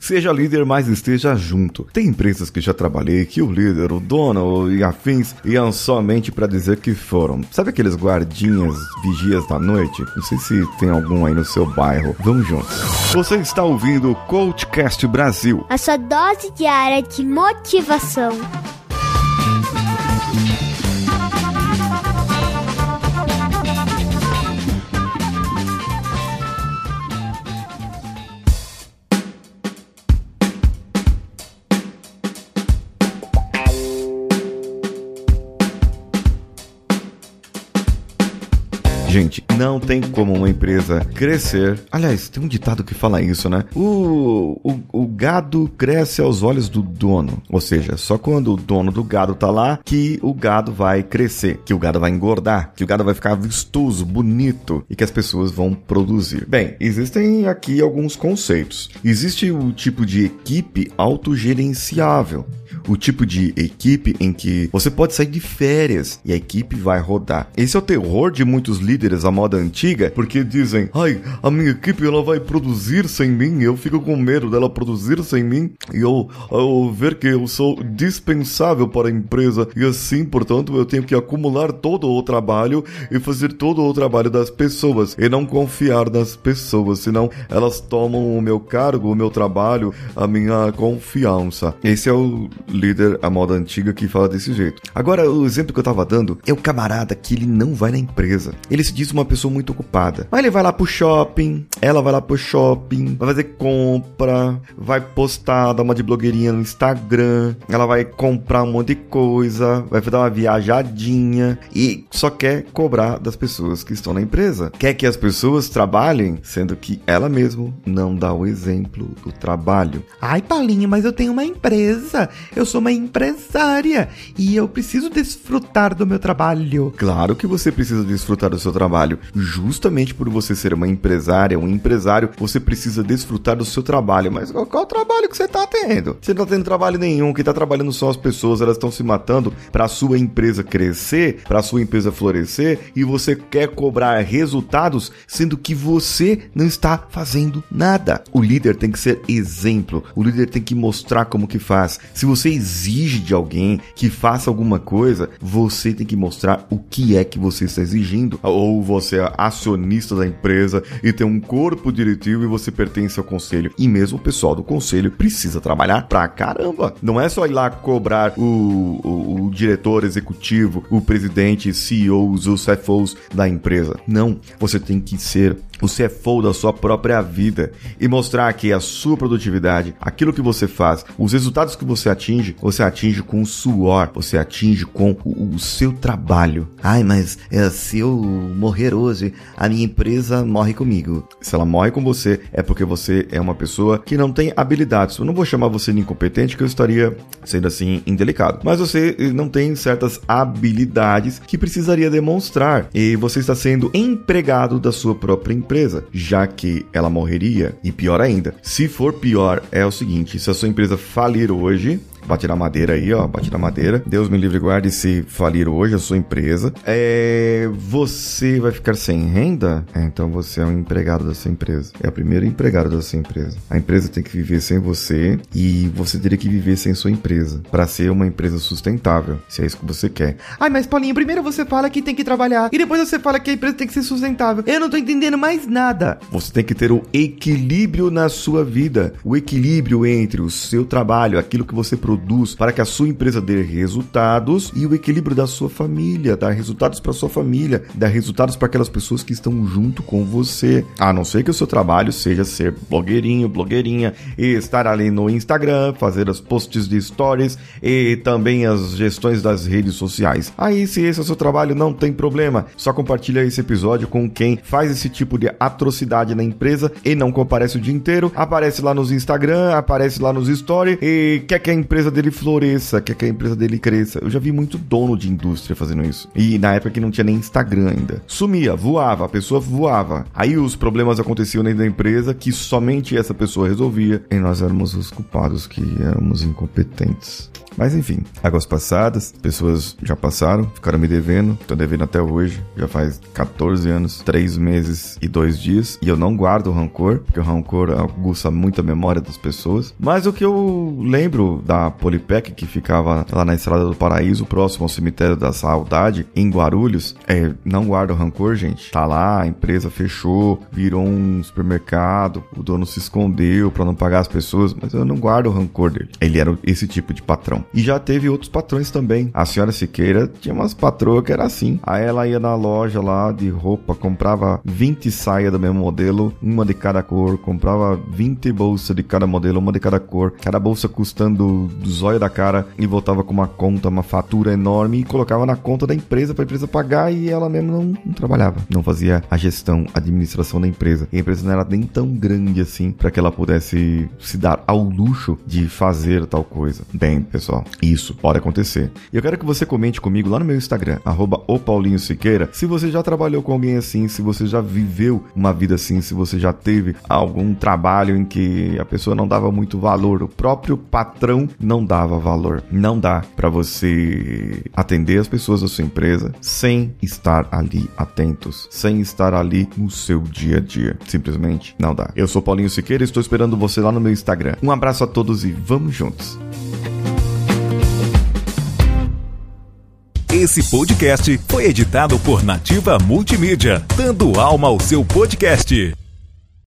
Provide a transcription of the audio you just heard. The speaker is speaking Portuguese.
seja líder, mas esteja junto. Tem empresas que já trabalhei que o líder, o dono e afins iam somente para dizer que foram. Sabe aqueles guardinhas, vigias da noite? Não sei se tem algum aí no seu bairro. Vamos juntos. Você está ouvindo o Coachcast Brasil, a sua dose diária de motivação. Gente, não tem como uma empresa crescer. Aliás, tem um ditado que fala isso, né? O gado cresce aos olhos do dono. Ou seja, só quando o dono do gado tá lá que o gado vai crescer, que o gado vai engordar, que o gado vai ficar vistoso, bonito e que as pessoas vão produzir. Bem, existem aqui alguns conceitos. Existe o tipo de equipe autogerenciável. O tipo de equipe em que você pode sair de férias e a equipe vai rodar. Esse é o terror de muitos líderes à moda antiga, porque dizem, ai, a minha equipe ela vai produzir sem mim, eu fico com medo dela produzir sem mim e eu ver que eu sou dispensável para a empresa e assim, portanto, eu tenho que acumular todo o trabalho e fazer todo o trabalho das pessoas e não confiar nas pessoas, senão elas tomam o meu cargo, o meu trabalho, a minha confiança. Esse é o líder à moda antiga que fala desse jeito. Agora, o exemplo que eu tava dando é o camarada que ele não vai na empresa. Ele se diz uma pessoa muito ocupada. Mas ele vai lá pro shopping, ela vai lá pro shopping, vai fazer compra, vai postar, dar uma de blogueirinha no Instagram, ela vai comprar um monte de coisa, vai dar uma viajadinha e só quer cobrar das pessoas que estão na empresa. Quer que as pessoas trabalhem, sendo que ela mesma não dá o exemplo do trabalho. Ai, Paulinho, mas eu tenho uma empresa. Eu sou uma empresária e eu preciso desfrutar do meu trabalho. Claro que você precisa desfrutar do seu trabalho. Justamente por você ser uma empresária, um empresário, você precisa desfrutar do seu trabalho. Mas qual trabalho que você tá tendo? Você não tá tendo trabalho nenhum. Quem tá trabalhando são as pessoas. Elas estão se matando para a sua empresa crescer, para a sua empresa florescer e você quer cobrar resultados, sendo que você não está fazendo nada. O líder tem que ser exemplo. O líder tem que mostrar como que faz. Se você exige de alguém que faça alguma coisa, você tem que mostrar o que é que você está exigindo. Ou você é acionista da empresa e tem um corpo diretivo e você pertence ao conselho. E mesmo o pessoal do conselho precisa trabalhar pra caramba. Não é só ir lá cobrar o diretor executivo, o presidente, CEOs, os CFOs da empresa. Não, você tem que ser o CFO da sua própria vida e mostrar que a sua produtividade, aquilo que você faz, os resultados que você atinge com o suor, você atinge com o seu trabalho. Ai, mas se eu morrer hoje, a minha empresa morre comigo. Se ela morre com você, é porque você é uma pessoa que não tem habilidades. Eu não vou chamar você de incompetente, que eu estaria sendo assim indelicado. Mas você não tem certas habilidades que precisaria demonstrar e você está sendo empregado da sua própria empresa, já que ela morreria. E pior ainda, se for pior, é o seguinte, se a sua empresa falir hoje, bate na madeira aí, ó, bate na madeira. Deus me livre e guarde se falir hoje a sua empresa. Você vai ficar sem renda? Então você é um empregado da sua empresa. É o primeiro empregado da sua empresa. A empresa tem que viver sem você e você teria que viver sem sua empresa para ser uma empresa sustentável, se é isso que você quer. Ai, mas Paulinho, primeiro você fala que tem que trabalhar e depois você fala que a empresa tem que ser sustentável. Eu não tô entendendo mais nada. Você tem que ter o equilíbrio na sua vida. O equilíbrio entre o seu trabalho, aquilo que você produz para que a sua empresa dê resultados e o equilíbrio da sua família, dar resultados para sua família, dar resultados para aquelas pessoas que estão junto com você. A não ser que o seu trabalho seja ser blogueirinho, blogueirinha e estar ali no Instagram, fazer os posts de stories e também as gestões das redes sociais. Aí, se esse é o seu trabalho, não tem problema. Só compartilha esse episódio com quem faz esse tipo de atrocidade na empresa e não comparece o dia inteiro, aparece lá nos Instagram, aparece lá nos stories e quer que a empresa dele floresça, quer que a empresa dele cresça. Eu já vi muito dono de indústria fazendo isso. E na época que não tinha nem Instagram ainda. Sumia, voava, a pessoa voava. Aí os problemas aconteciam dentro da empresa que somente essa pessoa resolvia. E nós éramos os culpados, que éramos incompetentes. Mas enfim, águas passadas, pessoas já passaram, ficaram me devendo, tô devendo até hoje, já faz 14 anos, 3 meses e 2 dias, e eu não guardo rancor, porque o rancor aguça muito a memória das pessoas. Mas o que eu lembro da Polipec, que ficava lá na Estrada do Paraíso, próximo ao Cemitério da Saudade, em Guarulhos, não guardo rancor, gente. Tá lá, a empresa fechou, virou um supermercado, o dono se escondeu pra não pagar as pessoas, mas eu não guardo o rancor dele. Ele era esse tipo de patrão. E já teve outros patrões também. A senhora Siqueira tinha umas patroas que era assim. Aí ela ia na loja lá de roupa, comprava 20 saias do mesmo modelo, uma de cada cor, comprava 20 bolsas de cada modelo, uma de cada cor, cada bolsa custando do zóio da cara, e voltava com uma conta, uma fatura enorme e colocava na conta da empresa pra empresa pagar, e ela mesmo não trabalhava, não fazia a gestão, a administração da empresa. E a empresa não era nem tão grande assim para que ela pudesse se dar ao luxo de fazer tal coisa. Bem, pessoal, isso pode acontecer. E eu quero que você comente comigo lá no meu Instagram, @opaulinhosiqueira, se você já trabalhou com alguém assim, se você já viveu uma vida assim, se você já teve algum trabalho em que a pessoa não dava muito valor, o próprio patrão não dava valor. Não dá para você atender as pessoas da sua empresa sem estar ali atentos, sem estar ali no seu dia a dia. Simplesmente não dá. Eu sou Paulinho Siqueira e estou esperando você lá no meu Instagram. Um abraço a todos e vamos juntos. Esse podcast foi editado por Nativa Multimídia, dando alma ao seu podcast.